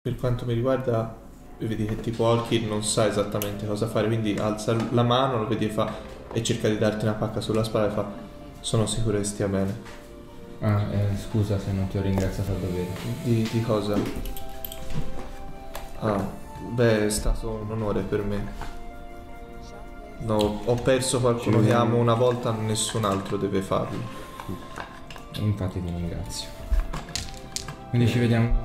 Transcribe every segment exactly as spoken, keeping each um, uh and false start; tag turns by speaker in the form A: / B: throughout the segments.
A: Per quanto mi riguarda, vedi che tipo Orchid non sa esattamente cosa fare, quindi alza la mano, lo vedi e fa e cerca di darti una pacca sulla spalla e fa: sono sicuro che stia bene.
B: Ah, eh, scusa se non ti ho ringraziato a dovere.
A: Di, di cosa? Ah, beh, è stato un onore per me. No, ho perso qualcuno che amo una volta, nessun altro deve farlo.
B: Infatti ti ringrazio. Quindi ci vediamo.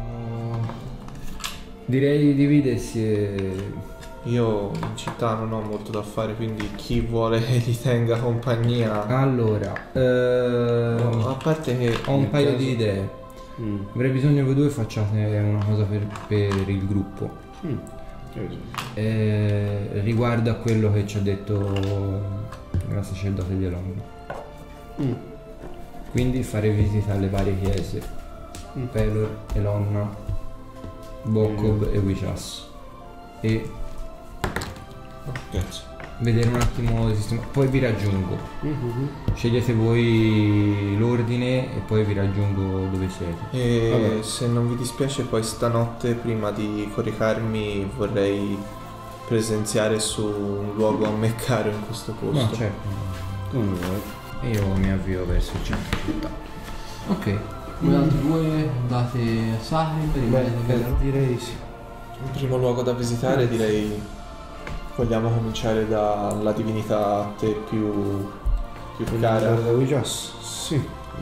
B: Direi di dividersi e...
A: Io in città non ho molto da fare, quindi chi vuole che gli tenga compagnia.
B: Allora, ehm,
A: No, a parte che
B: ho un
A: nel
B: paio
A: caso-
B: di idee.
C: Mm.
B: Avrei bisogno che voi due facciate una cosa per, per il gruppo.
C: Mm. Che bisogno?
B: Eh, riguardo a quello che ci ha detto la sacerdote di Elon.
C: Mm.
B: Quindi fare visita alle varie chiese.
C: Mm.
B: Pelor, Elonna, Bokob e Wichas. E
A: Oh, grazie.
B: vedere un attimo il sistema. Poi vi raggiungo.
C: Mm-hmm.
B: Scegliete voi l'ordine e poi vi raggiungo dove siete.
A: E
C: Vabbè.
A: se non vi dispiace, poi stanotte, prima di coricarmi, vorrei presenziare su un luogo a me caro in questo posto.
B: No, certo.
C: Come vuoi.
B: E io mi avvio verso il centro città. Ok.
D: Voi altri due andate a Sarim, rimanete
C: Beh,
D: vero?
C: direi sì.
A: Il primo luogo da visitare, direi, vogliamo cominciare dalla divinità a te più, più cara.
C: Da Wichas? Sì.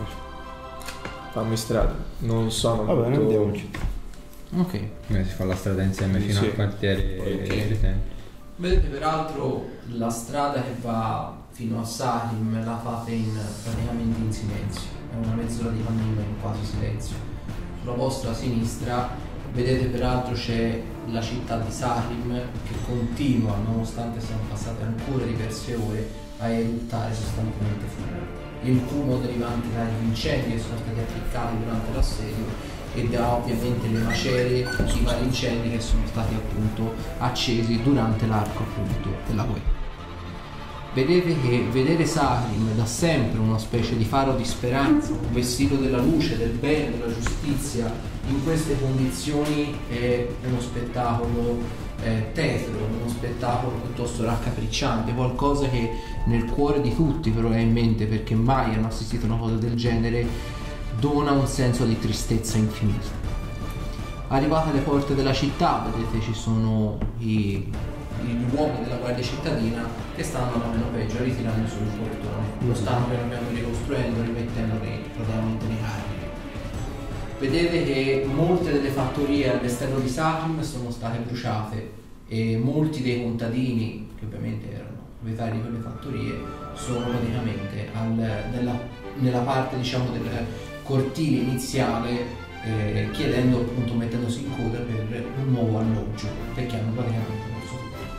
A: Fammi strada, non sono
C: Va bene,
A: molto...
C: andiamo in città.
D: Ok.
B: Eh, si fa la strada insieme fino
A: Sì.
B: al quartiere
A: Ok.
B: dei tempi.
D: Vedete peraltro la strada che va fino a Sarim la fate in, praticamente in silenzio, è una mezz'ora di cammino in quasi silenzio. Sulla vostra sinistra vedete peraltro c'è la città di Sarim che continua, nonostante siano passate ancora diverse ore, a eruttare costantemente fumo. Il fumo derivante dagli incendi che sono stati appiccati durante l'assedio e da ovviamente le macerie di vari incendi che sono stati appunto accesi durante l'arco appunto della guerra. Vedete che vedere Sarim da sempre una specie di faro di speranza, un vestito della luce, del bene, della giustizia, in queste condizioni è uno spettacolo eh, tetro, uno spettacolo piuttosto raccapricciante, qualcosa che nel cuore di tutti probabilmente, perché mai hanno assistito a una cosa del genere, dona un senso di tristezza infinita. Arrivate alle porte della città, vedete ci sono i, gli uomini della guardia cittadina che stanno da meno peggio ritirando sul portone, lo stanno piano piano ricostruendo, rimettendo nei, praticamente nei carri. Vedete che molte delle fattorie all'esterno di Sarim sono state bruciate e molti dei contadini, che ovviamente erano proprietari di quelle fattorie, sono praticamente al, nella, nella parte diciamo del cortile iniziale eh, chiedendo appunto, mettendosi in coda per un nuovo alloggio perché hanno praticamente perso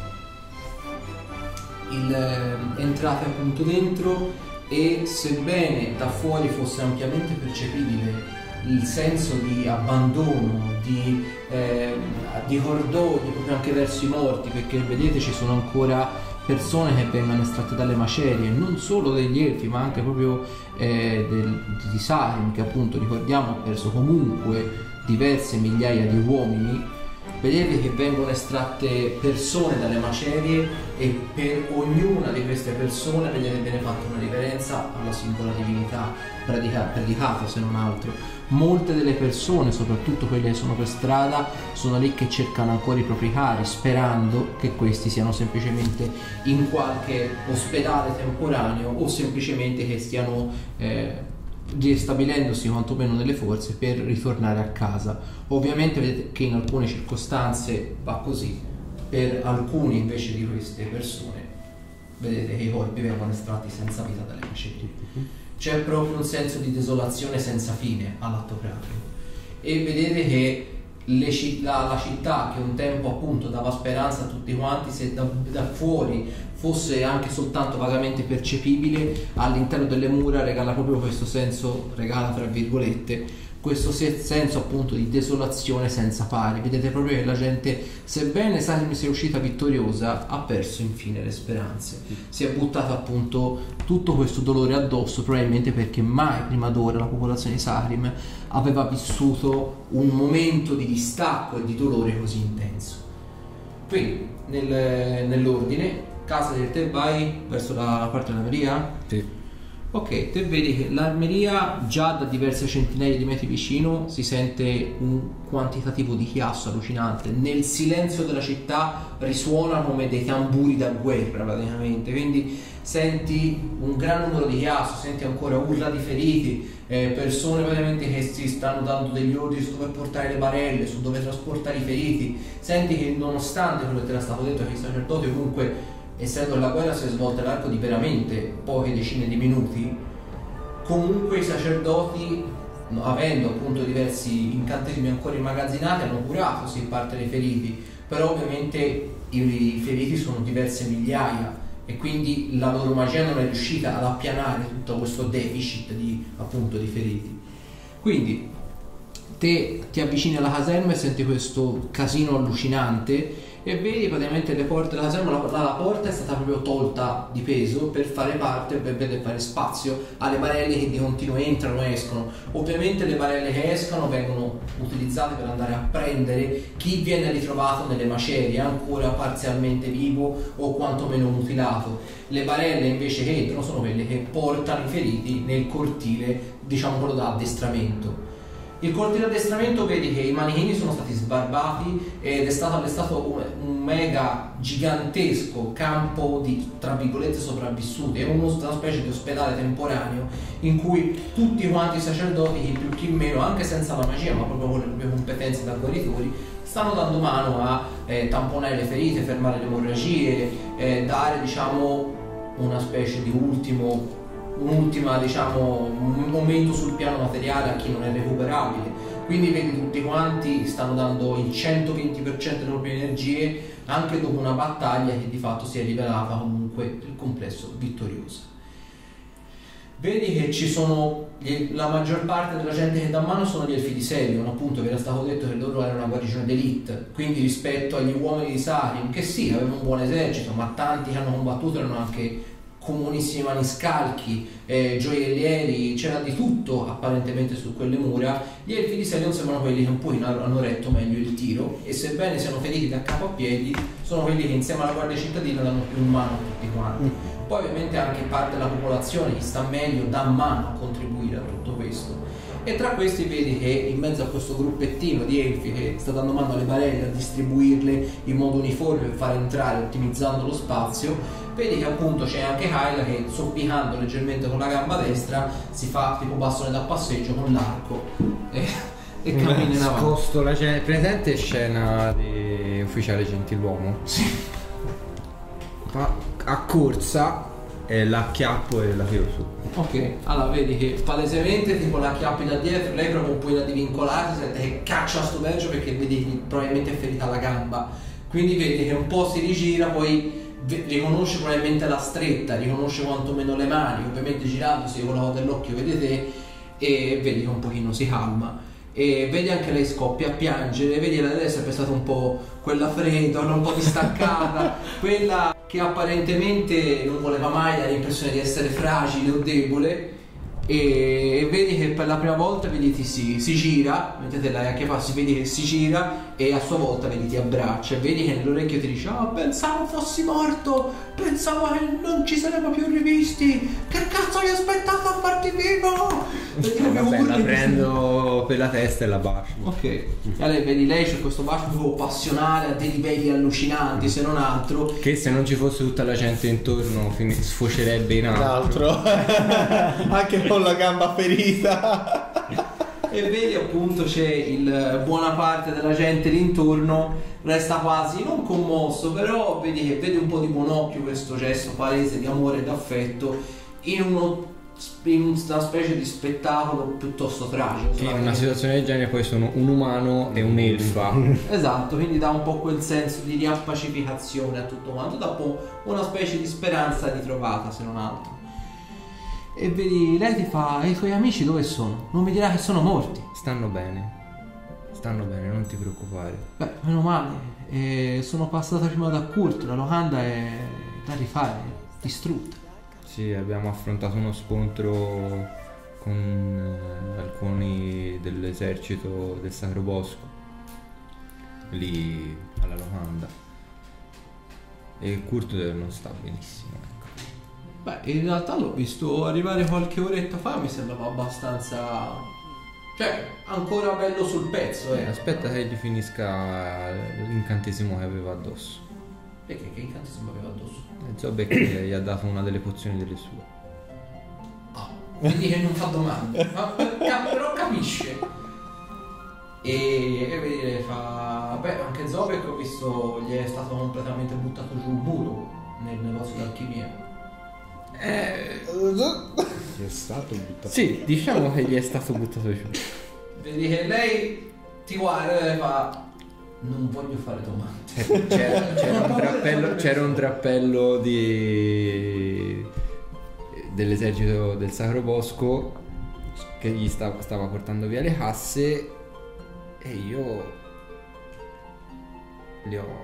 D: tutto. Il, eh, entrate appunto dentro e sebbene da fuori fosse ampiamente percepibile il senso di abbandono, di, eh, di cordoglio proprio anche verso i morti, perché vedete ci sono ancora persone che vengono estratte dalle macerie, non solo degli elfi ma anche proprio eh, del, di Sarim, che appunto ricordiamo ha perso comunque diverse migliaia di uomini. Vedete che vengono estratte persone dalle macerie e per ognuna di queste persone vedete viene fatta una riverenza alla singola divinità predica, predicata se non altro. Molte delle persone, soprattutto quelle che sono per strada, sono lì che cercano ancora i propri cari, sperando che questi siano semplicemente in qualche ospedale temporaneo o semplicemente che stiano eh, ristabilendosi quantomeno nelle forze per ritornare a casa. Ovviamente vedete che in alcune circostanze va così, per alcuni invece di queste persone vedete che i corpi vengono estratti senza vita dalle macerie. C'è proprio un senso di desolazione senza fine all'atto pratico e vedete che le, la, la città che un tempo appunto dava speranza a tutti quanti, se da, da fuori fosse anche soltanto vagamente percepibile, all'interno delle mura regala proprio questo senso, regala tra virgolette, questo se- senso appunto di desolazione senza pari. Vedete proprio che la gente, sebbene Sarim sia uscita vittoriosa, ha perso infine le speranze, si è buttato appunto tutto questo dolore addosso, probabilmente perché mai prima d'ora la popolazione di Sarim aveva vissuto un momento di distacco e di dolore così intenso. Quindi nel- nell'ordine, casa del te, vai verso la, la parte dell'Almeria?
B: Sì.
D: Ok, te vedi che l'Almeria già da diverse centinaia di metri vicino si sente un quantitativo di chiasso allucinante. Nel silenzio della città risuona come dei tamburi da guerra praticamente, quindi senti un gran numero di chiasso, senti ancora urla di feriti, eh, persone praticamente che si stanno dando degli ordini su dove portare le barelle, su dove trasportare i feriti. Senti che nonostante quello che te era stato detto, che i sacerdoti comunque, essendo la guerra si è svolta all'arco di veramente poche decine di minuti, comunque i sacerdoti, avendo appunto diversi incantesimi ancora immagazzinati, hanno curato sì parte dei feriti, però ovviamente i feriti sono diverse migliaia e quindi la loro magia non è riuscita ad appianare tutto questo deficit di appunto di feriti. Quindi te ti avvicini alla caserma e senti questo casino allucinante e vedi praticamente le porte della caserma, la, la, la porta è stata proprio tolta di peso per fare parte, per, per fare spazio alle barelle che di continuo entrano e escono. Ovviamente le barelle che escono vengono utilizzate per andare a prendere chi viene ritrovato nelle macerie ancora parzialmente vivo o quantomeno mutilato. Le barelle invece che entrano sono quelle che portano i feriti nel cortile, diciamo quello da addestramento. Il cortile addestramento, vedi che i manichini sono stati sbarbati ed è stato allestato un, un mega gigantesco campo di, tra virgolette, sopravvissuti. È uno, una specie di ospedale temporaneo in cui tutti quanti i sacerdoti, chi più chi meno, anche senza la magia ma proprio con le proprie competenze da guaritori, stanno dando mano a eh, tamponare le ferite, fermare le emorragie, eh, dare diciamo una specie di ultimo un'ultima diciamo un momento sul piano materiale a chi non è recuperabile. Quindi vedi tutti quanti stanno dando il centoventi per cento delle proprie energie anche dopo una battaglia che di fatto si è rivelata comunque il complesso vittoriosa. Vedi che ci sono gli, la maggior parte della gente che dà mano sono gli elfi di Selion, appunto vi era stato detto che loro erano una guarnigione d'elite, quindi rispetto agli uomini di Sarim, che sì avevano un buon esercito, ma tanti che hanno combattuto erano anche comunissimi maniscalchi, eh, gioiellieri, c'era di tutto apparentemente su quelle mura. Gli elfi di Selion sembrano quelli che un po' hanno retto meglio il tiro e sebbene siano feriti da capo a piedi sono quelli che insieme alla guardia cittadina danno più in mano a tutti quanti. Poi ovviamente anche parte della popolazione che sta meglio dà mano a contribuire a tutto questo. E tra questi vedi che in mezzo a questo gruppettino di elfi che sta dando mano alle barelle, a distribuirle in modo uniforme per far entrare ottimizzando lo spazio, vedi che appunto c'è anche Kyla che zoppicando leggermente con la gamba destra si fa tipo bastone da passeggio con l'arco e, e cammina in avanti.
B: Nascosto la scena, presente scena di ufficiale gentiluomo?
D: Sì.
B: Fa a corsa e la acchiappo e la tiro su.
D: Ok, allora vedi che palesemente tipo la acchiappi da dietro, lei proprio un po' da divincolata, sente che caccia sto verso perché vedi che probabilmente è ferita alla gamba, quindi vedi che un po' si rigira, poi riconosce probabilmente la stretta, riconosce quantomeno le mani, ovviamente girandosi con la coda dell'occhio vedete e vedi che un pochino si calma e vedi anche lei scoppia a piangere, vedi la destra è stata un po' quella fredda, un po' distaccata, quella che apparentemente non voleva mai dare l'impressione di essere fragile o debole e vedi che per la prima volta vedi ti si, si gira, mettete la che fa, si vedi che si gira e a sua volta vedi ti abbraccia e vedi che nell'orecchio ti dice oh pensavo fossi morto, pensavo che non ci saremmo più rivisti, che cazzo hai aspettato a farti vivo? Vedi
B: No, vabbè, la prendo per la testa e la bacio.
D: Ok, e allora vedi lei c'è questo bacio proprio passionale a dei livelli allucinanti se non altro,
B: che se non ci fosse tutta la gente intorno fin- sfocerebbe in altro.
A: Anche con la gamba ferita.
D: e vedi appunto c'è il buona parte della gente lì intorno resta quasi non commosso, però vedi che vedi un po' di buon occhio questo gesto palese di amore e d'affetto in uno in una specie di spettacolo piuttosto tragico.
B: Che in una situazione del genere poi sono un umano e un'elfa.
D: Esatto, quindi dà un po' quel senso di riappacificazione a tutto quanto, dà un po' una specie di speranza ritrovata se non altro. E vedi, lei ti fa: e i tuoi amici dove sono? Non mi dirà che sono morti.
B: Stanno bene. Stanno bene, non ti preoccupare.
D: Beh, meno male. E sono passata prima da Kurt, la locanda è da rifare, distrutta.
B: Sì, abbiamo affrontato uno scontro con eh, alcuni dell'esercito del Sacro Bosco lì alla locanda. E Kurt non sta benissimo, ecco.
D: Beh, in realtà l'ho visto arrivare qualche oretta fa, mi sembrava abbastanza... cioè, ancora bello sul pezzo,
B: Eh,
D: eh.
B: aspetta che gli finisca l'incantesimo che aveva addosso.
D: Perché che incantesimo aveva addosso?
B: E Zobek gli ha dato una delle pozioni delle sue.
D: Ah, quindi che non fa domande. Ma per- però capisce. E, e vedi, fa... beh, anche Zobek ho visto gli è stato completamente buttato giù un muro nel negozio d'alchimia. Eh...
C: Che è stato buttato.
B: Sì, diciamo che gli è stato buttato giù.
D: Vedi che lei ti guarda e fa: non voglio fare domande.
B: C'era, c'era un drappello, c'era un drappello di dell'esercito del Sacro Bosco che gli stava, stava portando via le casse e io li ho...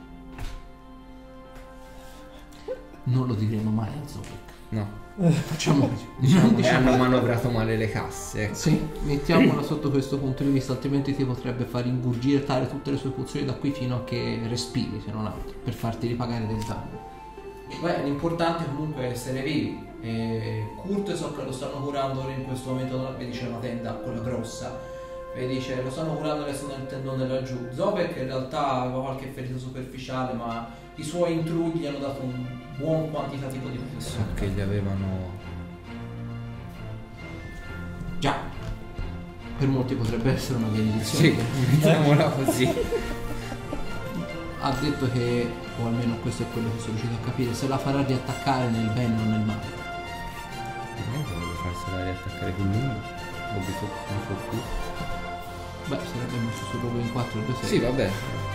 D: Non lo diremo mai a Zobek.
B: no,
D: Facciamo così.
B: diciamo che hanno manovrato male le casse, ecco.
D: Sì, mettiamola sotto questo punto di vista, altrimenti ti potrebbe far ingurgitare tutte le sue pozioni da qui fino a che respiri, se non altro, per farti ripagare del danno. Beh, l'importante comunque è essere vivi. E Kurt so che lo stanno curando ora in questo momento, vedi c'è una tenda, quella grossa, vedi c'è, lo stanno curando adesso nel tendone laggiù. Zobek in realtà aveva qualche ferita superficiale, ma i suoi intrugli gli hanno dato un buon quantitativo di
B: So
D: protezione.
B: che gli avevano...
D: Già, per molti potrebbe essere una benedizione.
B: sì, mettiamola così.
D: Ha detto che, o almeno questo è quello che sono riuscito a capire, se la farà riattaccare nel bene o nel male.
B: Non dovrebbe farsela riattaccare più lungo o di sotto, di sotto.
D: Beh, sarebbe messo su proprio in quattro e due sei.
B: Sì, vabbè.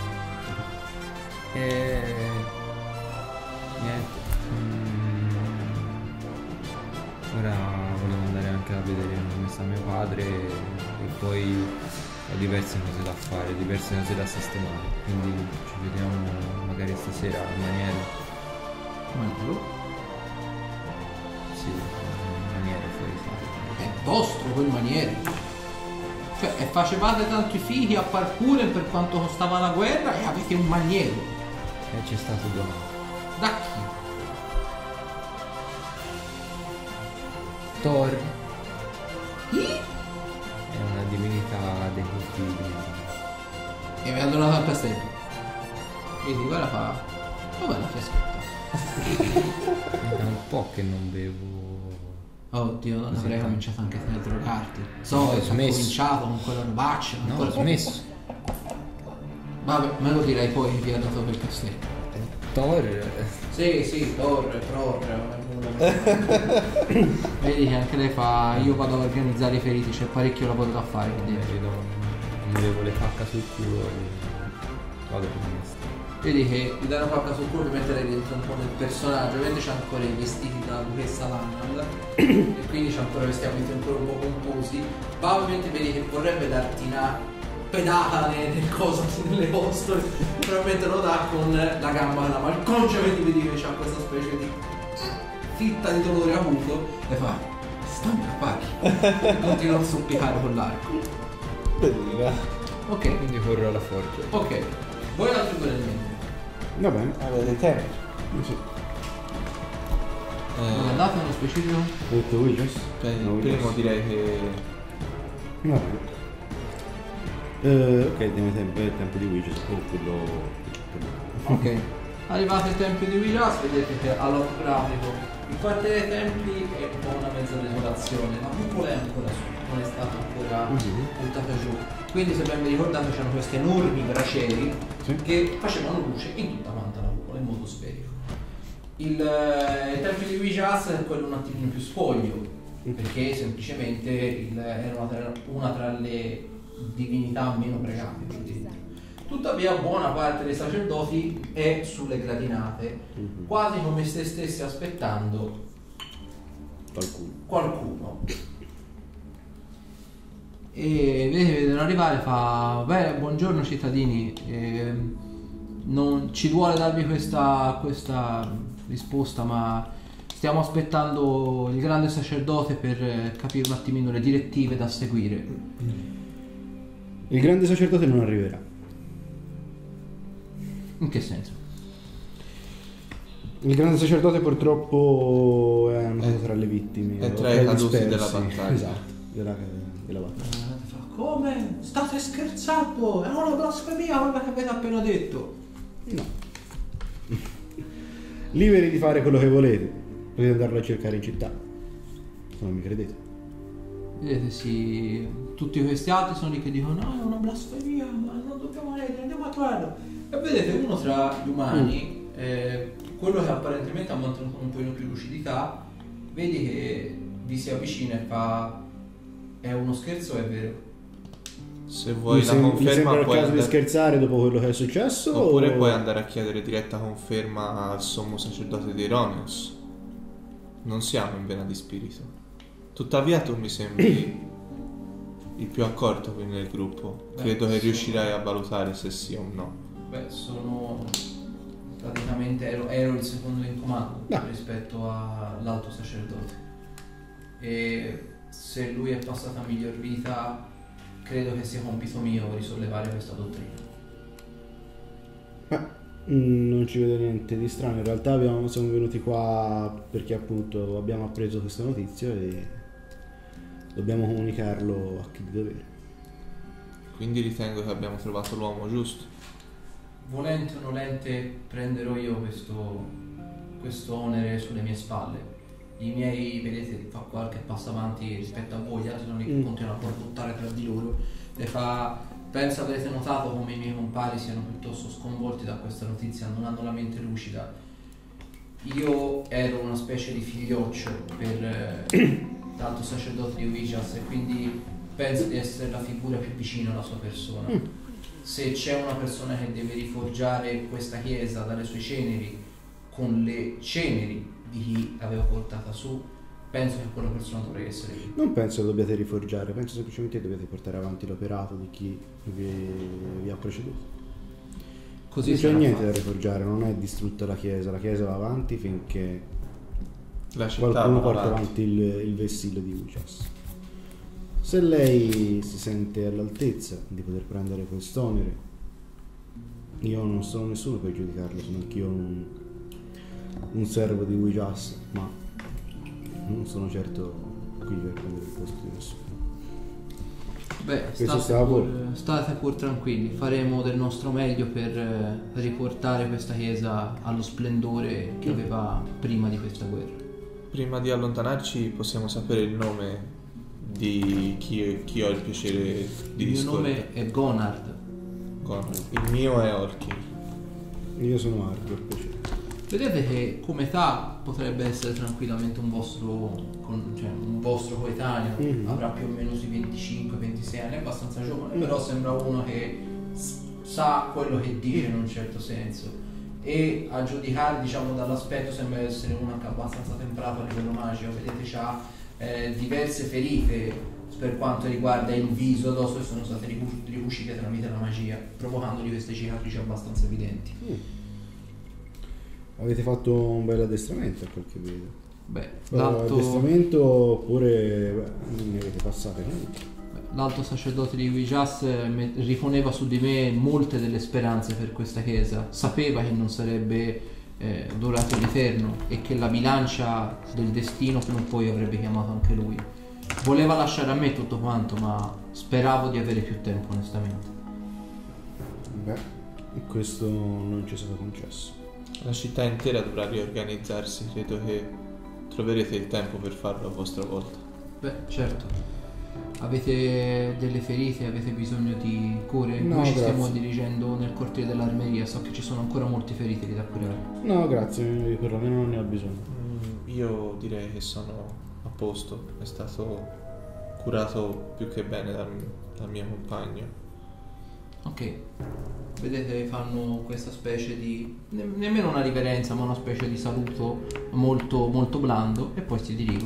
B: E... niente. Mm. Ora volevo andare anche a vedere come sta mio padre e poi ho diverse cose da fare, diverse cose da sistemare. Quindi ci vediamo magari stasera al maniere.
D: Maniero?
B: Sì, al maniere fuori sala.
D: È vostro quel maniere. Cioè, e facevate tanto i fighi a parkour per quanto costava la guerra e avete un maniero.
B: E c'è stato donato.
D: Da chi?
B: Thor
D: Chi?
B: è una divinità dei coltivi.
D: E mi ha donato al castello. Vedi, guarda fa. Dov'è la fiaschetta?
B: È un po' che non bevo.
D: Oddio, non
B: Così
D: avrei
B: tanto.
D: cominciato anche a drogarti. So,
B: No, ho
D: ho
B: smesso.
D: cominciato con quella robaccia.
B: No,
D: ancora-
B: ho smesso.
D: Vabbè, me lo direi poi che vi ha dato quel castello.
B: Thor eh,
D: Sì, sì, torre, torre. Vedi che anche lei fa. Io vado a organizzare i feriti, c'è parecchio lavoro da fare.
B: mi
D: Quindi.
B: vedo, mi levo le pacca sul culo e vado per questo.
D: Vedi che gli dai una pacca sul culo e metterei dentro un po' nel personaggio. Ovviamente c'ha ancora i vestiti da duchessa Lannan e quindi c'ha ancora vestiti ancora un po' pomposi. Ma ovviamente vedi che vorrebbe darti una pedata nel, nel coso, nelle costole. Probabilmente lo dà con la gamba della malconcia. Vedi, vedi che c'ha questa specie di fitta di dolore avuto e fa: stammi a pari. E continua a supplicare con l'arco.
A: Bellina.
D: Ok,
B: Quindi corro alla forgia.
D: ok. Voi altri due nel mentre.
C: Va bene.
A: Avete tempo.
C: Sì.
D: Dove
A: Eh,
D: andate nello specifico?
C: Detto Witches?
A: per il
C: No,
A: primo
C: Witches.
A: direi che
C: Va bene. Eh, ok, tempo, tempo, è tempo di Witches o quello...
D: Ok. Arrivate ai templi di Vilas, vedete che all'occhio pratico il quartiere dei templi è un po' una mezza desolazione, la cupola è ancora su, non è stata ancora
C: Mhm.
D: buttata giù. Quindi se ben vi ricordate c'erano questi enormi bracieri
C: Sì.
D: che facevano luce in tutta quanta la cupola in modo sferico. Il, eh, il tempio di Vilas è quello un attimino più spoglio, perché semplicemente il, era una tra, una tra le divinità meno pregate lì dentro. Tuttavia buona parte dei sacerdoti è sulle gradinate,
C: Mhm.
D: quasi come se stessi aspettando
C: Qualcuno.
D: qualcuno. E vedono arrivare, fa: beh, buongiorno cittadini, eh, non ci duole darvi questa, questa risposta, ma stiamo aspettando il grande sacerdote per capire un attimino le direttive da seguire.
C: Il grande sacerdote non arriverà.
D: In che senso?
C: Il grande sacerdote purtroppo è una
A: È-
C: tra le vittime.
A: è
C: o
A: tra i
C: tra i
A: caduti
C: dispersi.
A: della battaglia.
C: Esatto, della, della battaglia.
D: Fa: come? State scherzando? È una blasfemia quello che avete appena detto.
C: No. Liberi di fare quello che volete. Potete andarlo a cercare in città. Se non mi credete.
D: Vedete, sì, tutti questi altri sono lì che dicono: no, è una blasfemia, ma non dobbiamo rendere, andiamo a trovarlo. E vedete uno tra gli umani, eh, quello che apparentemente ha mantenuto un pochino più di lucidità, vedi che vi si avvicina e fa: è uno scherzo o è vero?
A: Se vuoi
C: Mi
A: la
C: sem- mi
A: conferma
C: sembra il
A: puoi
C: caso di
A: andare...
C: scherzare dopo quello che è successo.
A: Oppure
C: o-
A: puoi andare a chiedere diretta conferma al sommo sacerdote di Ironeus. Non siamo in vena di spirito. Tuttavia tu mi sembri il più accorto qui nel gruppo.
D: Beh,
A: Credo che
D: sì.
A: riuscirai a valutare se sì o no.
D: Beh, sono praticamente ero, ero il secondo in comando
C: No.
D: rispetto all'alto sacerdote, e se lui è passato a miglior vita credo che sia compito mio risollevare questa dottrina.
C: Beh, mm, non ci vedo niente di strano. In realtà abbiamo, siamo venuti qua perché appunto abbiamo appreso questa notizia e dobbiamo comunicarlo a chi di dovere.
A: Quindi ritengo che abbiamo trovato l'uomo giusto.
D: Volente o nolente prenderò io questo, questo onere sulle mie spalle. I miei, vedete, fa qualche passo avanti rispetto a voi, gli altri sono lì che
C: Mm.
D: continuano a borbottare tra di loro. Le fa: penso avrete notato come i miei compari siano piuttosto sconvolti da questa notizia, non hanno la mente lucida. Io ero una specie di figlioccio per eh, l'alto sacerdote di Ouijas, e quindi penso di essere la figura più vicina alla sua persona. Se c'è una persona che deve riforgiare questa chiesa dalle sue ceneri con le ceneri di chi l'aveva portata su, penso che quella persona dovrebbe essere io.
C: Non penso che dobbiate riforgiare, penso semplicemente che dovete portare avanti l'operato di chi vi, vi ha preceduto.
D: Così
C: Non c'è
D: sarà
C: niente da
D: fatto.
C: riforgiare, non è distrutta la chiesa, la chiesa va avanti finché
A: La città
C: qualcuno
A: va
C: porta
A: avanti.
C: avanti il, il vessillo di Ouijas. Se lei si sente all'altezza di poter prendere quest'onere, io non sono nessuno per giudicarlo, sono anch'io un, un servo di Ouijas, ma non sono certo qui per prendere il posto di nessuno.
D: Beh,
C: Questo
D: state
C: sta a
D: pur,
C: voi.
D: state pur tranquilli, faremo del nostro meglio per eh, riportare questa chiesa allo splendore che aveva prima di questa guerra.
A: Prima di allontanarci possiamo sapere il nome di chi, chi ho il piacere di
D: Il mio
A: discorrere.
D: nome è Gonard.
A: Gonald. Il mio è Orkin.
C: Io sono Argo, per piacere.
D: Vedete che come età potrebbe essere tranquillamente un vostro, con- cioè un vostro coetaneo,
C: Mhm.
D: avrà più o meno sui venticinque ventisei anni, è abbastanza giovane,
C: Mm.
D: però sembra uno che s- sa quello che dice in un certo senso, e a giudicare, diciamo, dall'aspetto sembra essere uno anche abbastanza temprato a livello magico. Vedete c'ha eh, diverse ferite per quanto riguarda il viso addosso, che sono state ricu- ricucite tramite la magia, provocandogli queste cicatrici abbastanza evidenti.
C: Avete fatto un bel addestramento a quel che vedo.
D: Beh,
C: Però
D: l'alto,
C: addestramento oppure beh, non ne avete passate niente.
D: l'alto sacerdote di Ouijas eh, me- riponeva su di me molte delle speranze per questa chiesa. Sapeva che non sarebbe eh, durato l'eterno e che la bilancia del destino prima o poi avrebbe chiamato anche lui. Voleva lasciare a me tutto quanto, ma speravo di avere più tempo, onestamente.
C: Beh, questo non ci è stato concesso.
A: La città intera dovrà riorganizzarsi. Credo che troverete il tempo per farlo a vostra volta.
D: Beh, certo. Avete delle ferite? Avete bisogno di cure?
C: No,
D: Noi ci
C: grazie.
D: stiamo dirigendo nel cortile dell'armeria. So che ci sono ancora molti feriti lì da curare.
C: No, grazie, perlomeno non ne ho bisogno.
A: Mm, io direi che sono a posto. È stato curato più che bene dal, dal mio compagno.
D: Ok, vedete fanno questa specie di ne- nemmeno una riverenza, ma una specie di saluto molto molto blando, e poi si dirigono appunto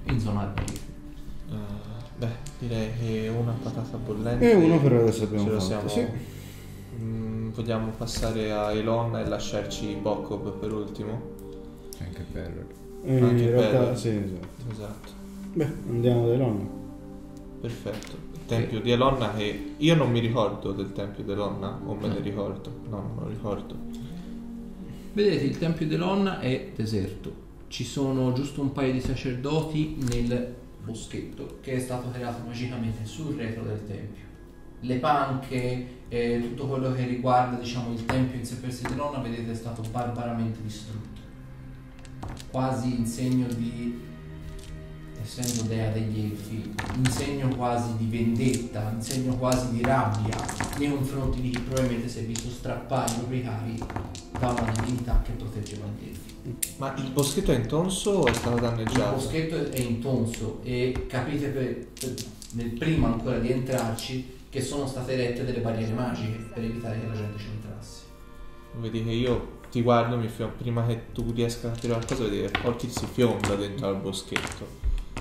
D: in zona armadio.
A: Uh, beh, direi che una patata bollente.
C: E uno per adesso abbiamo
A: ce lo
C: fatto,
A: siamo.
C: sì.
A: Mm, vogliamo passare a Elonna e lasciarci Bokov per ultimo?
B: Anche bello.
C: Eh,
A: Anche
C: in realtà
A: bello.
C: sì, esatto.
A: Esatto.
C: Beh, andiamo da Elonna.
A: Perfetto. Il tempio di Elonna, che io non mi ricordo del tempio di Elonna, o me ne ricordo? No, non me lo ricordo.
D: Vedete, il tempio di Elonna è deserto. Ci sono giusto un paio di sacerdoti nel boschetto che è stato creato magicamente sul retro del tempio. Le panche e tutto quello che riguarda, diciamo, il tempio in sé per sé di Elonna, vedete, è stato barbaramente distrutto. Quasi in segno di, essendo dea degli elfi, in segno quasi di vendetta, in segno quasi di rabbia nei confronti di chi probabilmente si è visto strappare i propri cavi da una divinità che proteggeva gli elfi.
A: Ma il boschetto è intonso o è stato
D: Il
A: danneggiato?
D: boschetto è intonso e capite per, per- nel prima ancora di entrarci che sono state erette delle barriere magiche per evitare che la gente ci entrasse.
A: Vedi che io ti guardo, mi fio- prima che tu riesca a capire qualcosa, vedi che Orchid si fionda dentro al boschetto.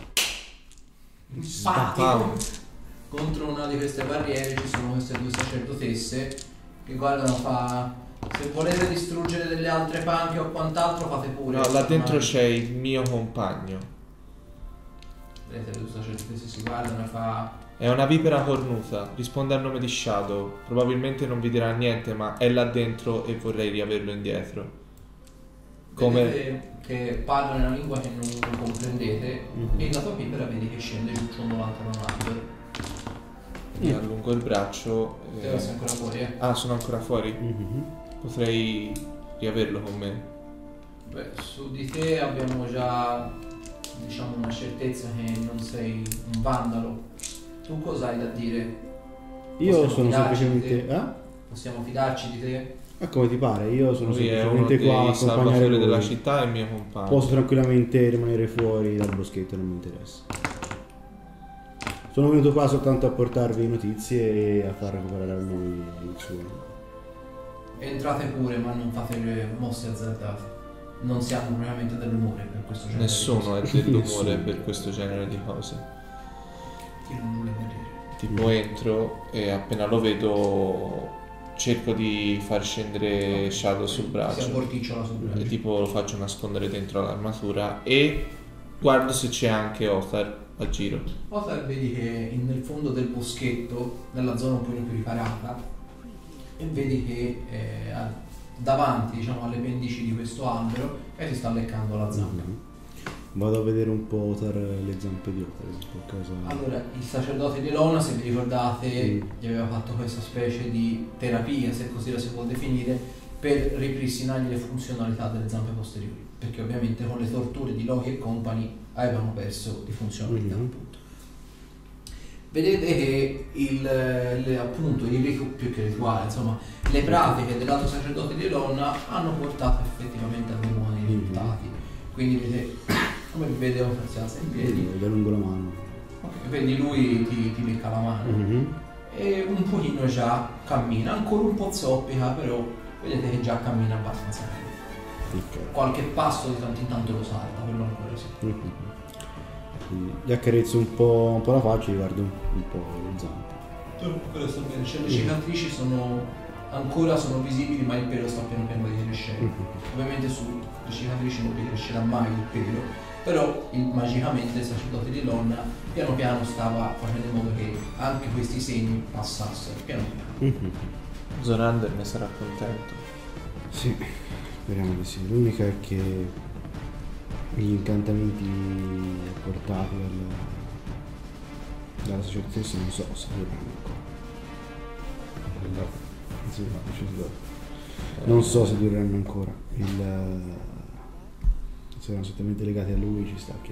D: Infatti,
A: Spam.
D: contro una di queste barriere ci sono queste due sacerdotesse che guardano, fa: se volete distruggere delle altre panche o quant'altro fate pure.
A: No, là dentro
D: Ma-
A: c'è il mio compagno.
D: Vedete, le due sacerdotesse si guardano e fa:
A: È una vipera cornuta, risponde al nome di Shadow. Probabilmente non vi dirà niente, ma è là dentro e vorrei riaverlo indietro. Come...
D: vedete che parla in una lingua che non, non comprendete
C: Mhm.
D: e la tua vipera vedi che scende giù ciondolante da un albero.
A: Mi allungo il braccio.
D: Te
A: e-
D: lo sei ancora fuori, eh?
A: Ah, sono ancora fuori?
C: Mhm.
A: Potrei riaverlo con me.
D: Beh, su di te abbiamo già, diciamo, una certezza che non sei un vandalo. Tu cosa hai da dire?
C: Io
D: Possiamo
C: sono
D: fidarci di
C: semplicemente...
D: te?
C: Eh?
D: Possiamo fidarci di te?
C: Ah, come ti pare, io sono
A: Lui è uno
C: semplicemente qua a
A: dei
C: accompagnare
A: salvatori della
C: lui.
A: città e il mio compagno.
C: Posso tranquillamente rimanere fuori dal boschetto, non mi interessa. Sono venuto qua soltanto a portarvi notizie e a far recuperare a lui il suo.
D: Entrate pure, ma non fate le mosse azzardate. Non siamo propriamente dell'umore per questo genere
A: Nessuno è
D: di cose.
A: dell'umore
C: Nessuno.
A: per questo genere di cose.
D: Io non volevo dire.
A: Tipo entro e appena lo vedo cerco di far scendere Shadow sul
D: Si
A: braccio.
D: abborticciola sul braccio.
A: E tipo lo faccio nascondere dentro l'armatura e guardo se c'è anche Othar a giro.
D: Othar vedi che in- nel fondo del boschetto, nella zona un po' più riparata, e vedi che eh, a- davanti, diciamo, alle pendici di questo albero e si sta leccando la zampa.
C: Mhm. Vado a vedere un po' Othar le zampe di Othar, un po' cosa.
D: Allora, il sacerdote di Elona, se vi ricordate,
C: Mm.
D: gli aveva fatto questa specie di terapia, se così la si può definire, per ripristinargli le funzionalità delle zampe posteriori, perché ovviamente con le torture di Loki e compagni avevano perso di funzionalità.
C: Mhm.
D: Appunto. Vedete che il, le- appunto il ritu- più che rituale, insomma, le pratiche dell'altro sacerdote di Elona hanno portato effettivamente a dei buoni
C: Mhm.
D: risultati. Quindi vedete, come vi vedo, si alza in piedi.
C: Eh, da lungo la mano.
D: Ok, vedi lui ti, ti lecca la mano
C: Mhm.
D: e un pochino già cammina, ancora un po' zoppica, però vedete che già cammina abbastanza bene.
C: Ok.
D: Qualche passo di tanto in tanto lo salta, quello ancora sì.
C: Mhm. Quindi gli accarezzo un po', un po' la faccia e gli guardo un, un po' le zampe.
D: Però quello sta bene, cioè le cicatrici sono ancora sono visibili, ma il pelo sta piano piano ricrescendo.
C: Mhm.
D: Ovviamente sulle cicatrici non ricrescerà mai il pelo, però il- magicamente il sacerdote di Lonna piano piano stava facendo in modo che anche questi segni passassero piano piano.
C: Mhm.
A: Zorander ne sarà contento.
C: Sì, speriamo di sì. L'unica è che gli incantamenti apportati dalla, dalla sacerdotessa non so se durano ancora. Sì, ci sono. Non so se dureranno ancora. Il, se erano strettamente legati a lui ci sta che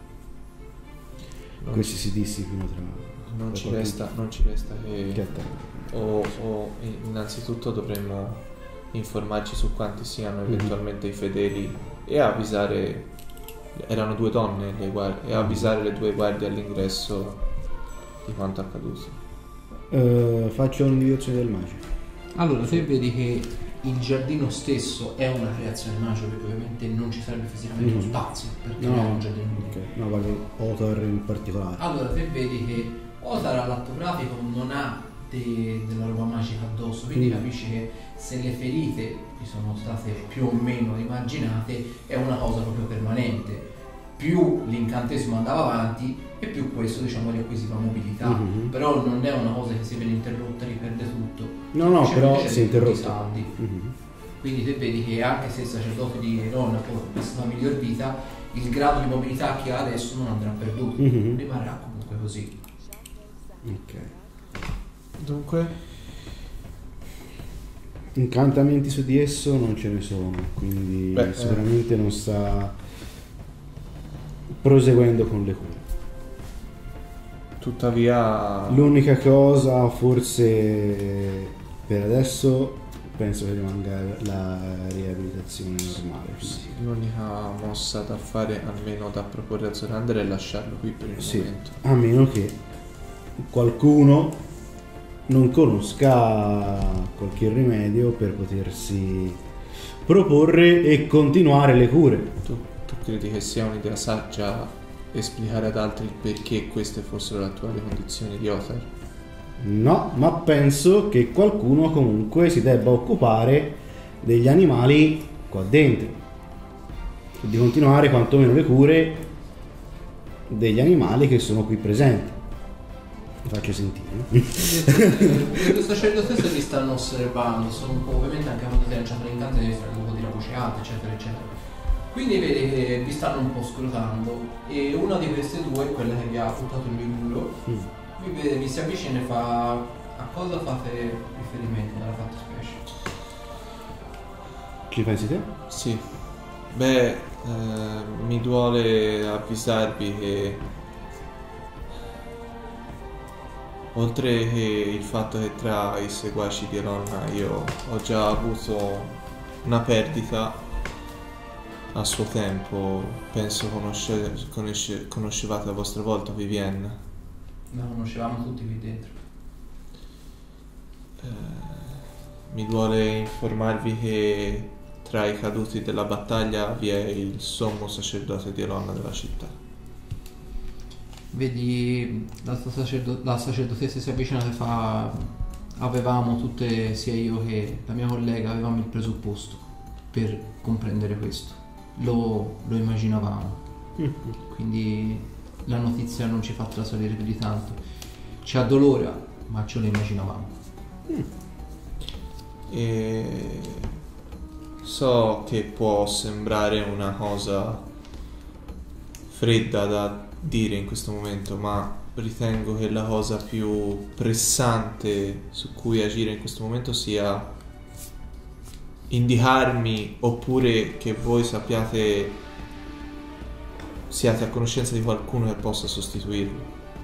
A: Non,
C: questi si dissipino tra,
A: non
C: tra
A: ci
C: qualche-
A: resta, non ci resta
C: che
A: che...
C: attende.
A: O, o innanzitutto dovremmo informarci su quanti siano eventualmente i fedeli e avvisare... Erano due donne le guardie, e avvisare le due guardie all'ingresso di quanto accaduto.
C: Eh, faccio un'individuazione del magico.
D: Allora, te vedi che il giardino stesso è una creazione magica, perché ovviamente non ci sarebbe fisicamente lo
C: Mhm.
D: spazio per
C: No,
D: creare un giardino.
C: ok. No, parlo Othar in particolare.
D: Allora te vedi che Othar all'atto pratico non ha de- della roba magica addosso, quindi
C: Mm.
D: capisci che se le ferite che sono state più o meno rimarginate è una cosa proprio permanente. Più l'incantesimo andava avanti e più questo, diciamo, riacquisiva mobilità.
C: Mhm.
D: Però non è una cosa che se viene interrotta riperde tutto.
C: No, no,
D: Semplicemente
C: però
D: c'è
C: si è
D: dei
C: interrotto.
D: saldi.
C: Mhm.
D: Quindi te vedi che anche se il sacerdote di Elon può essere una miglior vita, il grado di mobilità che ha adesso non andrà perduto,
C: Mhm.
D: rimarrà comunque così.
C: Ok.
A: Dunque,
C: Incantamenti su di esso non ce ne sono, quindi
A: Beh, eh.
C: sicuramente non sta proseguendo con le cure.
A: tuttavia,
C: L'unica cosa, forse per adesso, penso che rimanga la riabilitazione normale.
A: sì, l'unica mossa da fare, almeno da proporre a Zorander, è lasciarlo qui per il
C: Sì.
A: momento.
C: A meno che qualcuno non conosca qualche rimedio per potersi proporre e continuare le cure.
A: Tu, tu credi che sia un'idea saggia esplicare ad altri il perché queste fossero le attuali condizioni di Othar?
C: No, ma penso che qualcuno comunque si debba occupare degli animali qua dentro e di continuare quantomeno le cure degli animali che sono qui presenti. Mi faccio sentire.
D: Il sacerdotessa li stanno osservando, sono un po', ovviamente anche quando ti hai lanciato l'incanto devi fare un po' di la voce alta, eccetera, eccetera. Quindi vedi che vi stanno un po' scrutando e una di queste due, quella che vi ha buttato il miguro,
C: Mm.
D: vi vede, vi si avvicina e fa: a cosa fate riferimento nella fattispecie?
C: Ci pensi te?
A: Sì. Beh, eh, mi duole avvisarvi che oltre che il fatto che tra i seguaci di Elonna io ho già avuto una perdita a suo tempo, penso conosce- conosce- conoscevate a vostra volta Vivienne.
D: La conoscevamo tutti qui dentro.
A: Eh, mi duole informarvi che tra i caduti della battaglia vi è il sommo sacerdote di Elonna della città.
D: Vedi la, sacerdo- la sacerdotessa si avvicina e fa: avevamo tutte, sia io che la mia collega, avevamo il presupposto per comprendere questo, lo, lo immaginavamo, quindi la notizia non ci fa trasalire più di tanto, ci addolora ma ce lo immaginavamo.
A: E so che può sembrare una cosa fredda da dire in questo momento, ma ritengo che la cosa più pressante su cui agire in questo momento sia indicarmi, oppure che voi sappiate, siate a conoscenza di qualcuno che possa sostituirlo.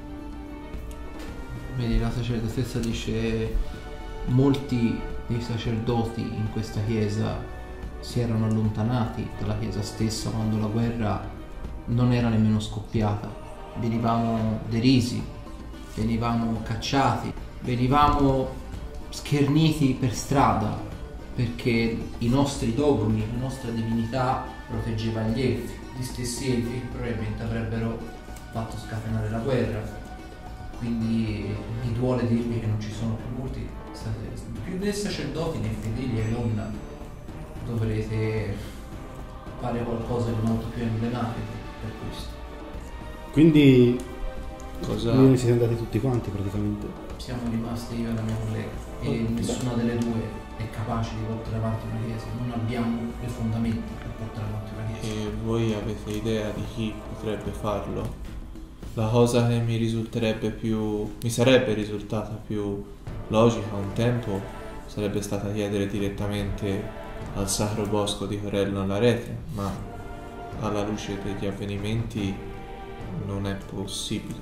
D: Vedi, la sacerdotessa dice: molti dei sacerdoti in questa chiesa si erano allontanati dalla chiesa stessa quando la guerra non era nemmeno scoppiata. Venivamo derisi, venivamo cacciati, venivamo scherniti per strada perché i nostri dogmi, la nostra divinità proteggeva gli elfi, gli stessi elfi che probabilmente avrebbero fatto scatenare la guerra. Quindi mi duole dirvi che non ci sono più molti, più né sacerdoti né fedeli e non dovrete fare qualcosa di molto più emblematico per questo.
C: Quindi
A: Cosa?
C: voi siete andati tutti quanti praticamente.
D: Siamo rimasti io e la mia collega e nessuna delle due è capace di portare avanti una chiesa, non abbiamo le fondamenta per portare avanti una chiesa.
A: E voi avete idea di chi potrebbe farlo? La cosa che mi risulterebbe più, mi sarebbe risultata più logica un tempo sarebbe stata chiedere direttamente al Sacro Bosco di Corellon la rete, ma alla luce degli avvenimenti non è possibile.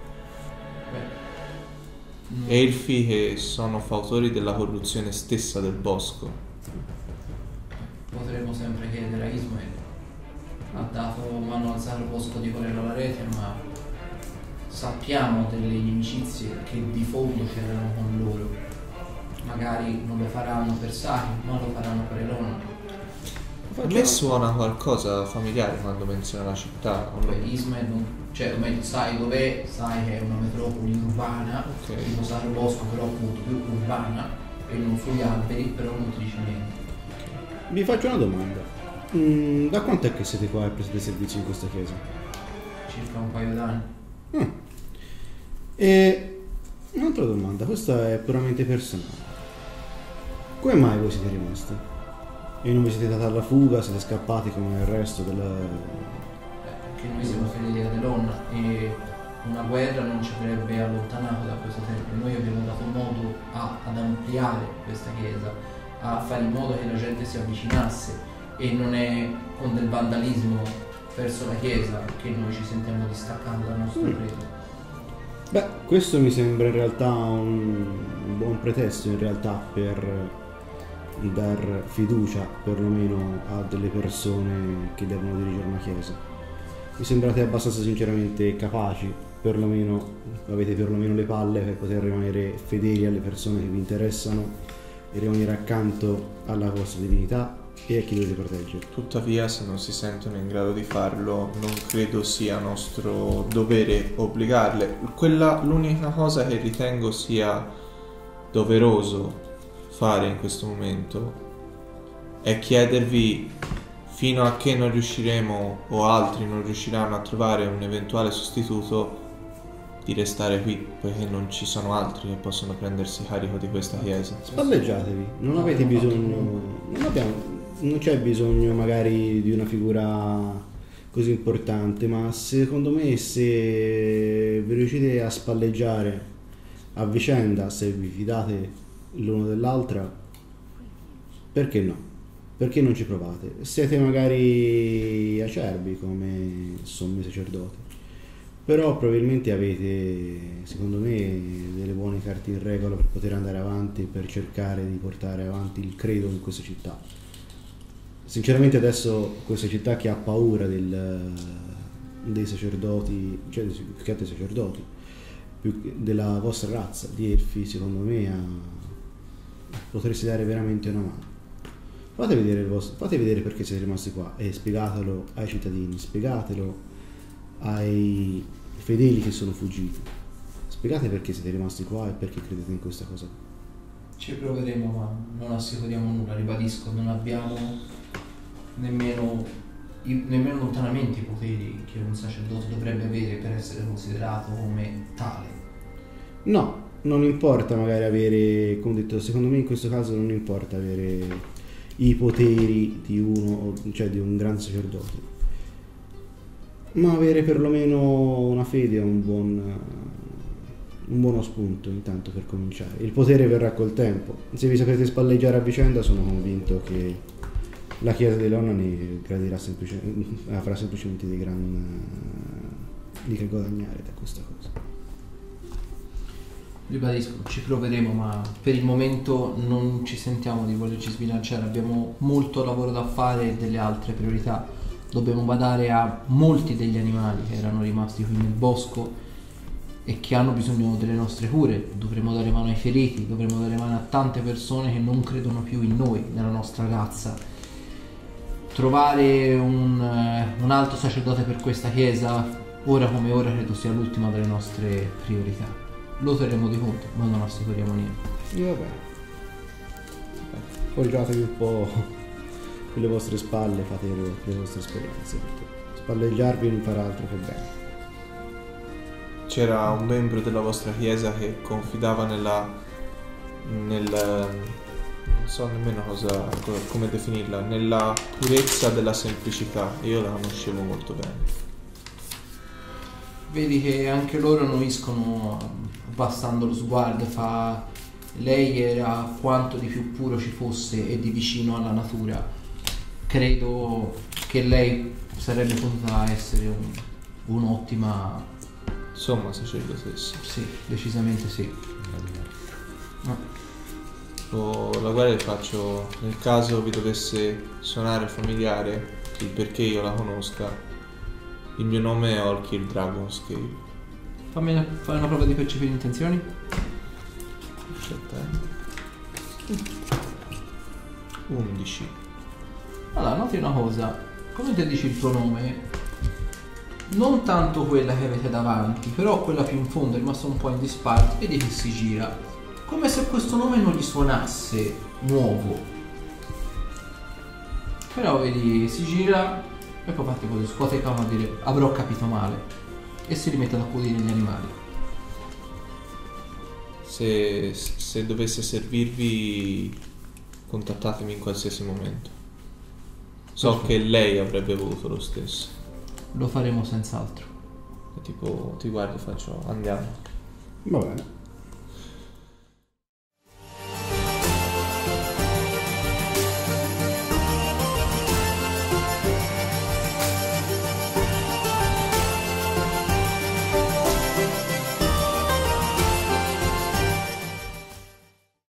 D: Beh, mm,
A: Elfi che sono fautori della corruzione stessa del bosco.
D: potremmo sempre chiedere a Ismael. Ha dato mano al Sacro Bosco di Corello alla rete, ma sappiamo delle inimicizie che di fondo c'erano con loro. Magari non lo faranno per Sahim, ma lo faranno per Elona.
A: A me suona qualcosa familiare quando menziona la città.
D: Poi Ismael, non, cioè o meglio, sai dov'è, sai che è una metropoli urbana,
A: Ok.
D: tipo Sacrobosco, però appunto più urbana, e non sugli alberi, però non ti dice niente.
C: Vi faccio una domanda. Mm, da quanto è che siete qua e prestate servizio in questa chiesa?
D: Circa un paio d'anni.
C: Ah. E un'altra domanda, questa è puramente personale. Come mai voi siete rimasti? E non vi siete dati alla fuga, siete scappati come il resto della...
D: Perché noi siamo fedeli ad Elon e una guerra non ci avrebbe allontanato da questo tempio. Noi abbiamo dato modo a- ad ampliare questa chiesa, a fare in modo che la gente si avvicinasse, e non è con del vandalismo verso la chiesa che noi ci sentiamo distaccati dal nostro
C: Mm.
D: credo.
C: Beh, questo mi sembra in realtà un, un buon pretesto in realtà per dar fiducia perlomeno a delle persone che devono dirigere una chiesa. Mi sembrate abbastanza sinceramente capaci, perlomeno avete perlomeno le palle per poter rimanere fedeli alle persone che vi interessano e rimanere accanto alla vostra divinità e a chi dovete proteggere.
A: Tuttavia, se non si sentono in grado di farlo, non credo sia nostro dovere obbligarle. Quella, l'unica cosa che ritengo sia doveroso fare in questo momento è chiedervi, fino a che non riusciremo o altri non riusciranno a trovare un eventuale sostituto, di restare qui, poiché non ci sono altri che possono prendersi carico di questa chiesa.
C: Spalleggiatevi, non avete bisogno, non abbiamo, non c'è bisogno magari di una figura così importante, ma secondo me se vi riuscite a spalleggiare a vicenda, se vi fidate l'uno dell'altra, perché no? Perché non ci provate? Siete magari acerbi come sommi sacerdoti, però probabilmente avete, secondo me, delle buone carte in regola per poter andare avanti, per cercare di portare avanti il credo in questa città. Sinceramente adesso questa città che ha paura del, dei sacerdoti, cioè più che altro dei sacerdoti, più che della vostra razza di elfi, secondo me ha, potreste dare veramente una mano. Fate vedere, il vostro, fate vedere perché siete rimasti qua e spiegatelo ai cittadini, spiegatelo ai fedeli che sono fuggiti. Spiegate perché siete rimasti qua e perché credete in questa cosa.
D: Ci proveremo, ma non assicuriamo nulla, ribadisco, non abbiamo nemmeno, i- nemmeno lontanamente i poteri che un sacerdote dovrebbe avere per essere considerato come tale.
C: No, non importa magari avere, come ho detto, secondo me in questo caso non importa avere i poteri di uno, cioè di un gran sacerdote, ma avere perlomeno una fede è un buon, un buono spunto intanto per cominciare. Il potere verrà col tempo. Se vi sapete spalleggiare a vicenda, sono convinto che la Chiesa di Elona ne gradirà semplicemente, avrà semplicemente di gran di che guadagnare da questa cosa.
D: Ribadisco, ci proveremo, ma per il momento non ci sentiamo di volerci sbilanciare. Abbiamo molto lavoro da fare e delle altre priorità. Dobbiamo badare a molti degli animali che erano rimasti qui nel bosco e che hanno bisogno delle nostre cure. Dovremo dare mano ai feriti, dovremo dare mano a tante persone che non credono più in noi, nella nostra razza. Trovare un, eh, un alto sacerdote per questa chiesa, ora come ora, credo sia l'ultima delle nostre priorità. Lo terremo di conto, ma non assicuriamo niente.
C: E va bene. Poi giocatevi un po' con le vostre spalle, fate le, le vostre esperienze, perché spalleggiarvi non farà altro che bene.
A: C'era un membro della vostra chiesa che confidava nella... nel... non so nemmeno cosa, co- come definirla, nella purezza della semplicità. Io la conoscevo molto bene.
D: Vedi che anche loro annuiscono abbassando lo sguardo, fa... Lei era quanto di più puro ci fosse e di vicino alla natura. Credo che lei sarebbe potuta essere un, un'ottima...
A: Insomma, sacerdotessa.
D: Sì, decisamente sì. No.
A: O la guardia che faccio, nel caso vi dovesse suonare familiare, il perché io la conosca, il mio nome è Olkir Dragonscale.
D: Fammi fare una prova di percepire intenzioni.
A: Aspetta, eh. undici.
D: Allora, noti una cosa, come te dici il tuo nome, non tanto quella che avete davanti, però quella più in fondo è rimasta un po' in disparte, vedi che si gira, come se questo nome non gli suonasse nuovo. Però vedi, si gira e poi parte così, scuote il capo a dire avrò capito male e si rimette ad accudire gli animali.
A: Se, se dovesse servirvi, contattatemi in qualsiasi momento. So
D: Perfetto.
A: che lei avrebbe voluto lo stesso.
D: Lo faremo senz'altro.
A: E tipo, ti guardo e faccio, andiamo.
C: Va bene.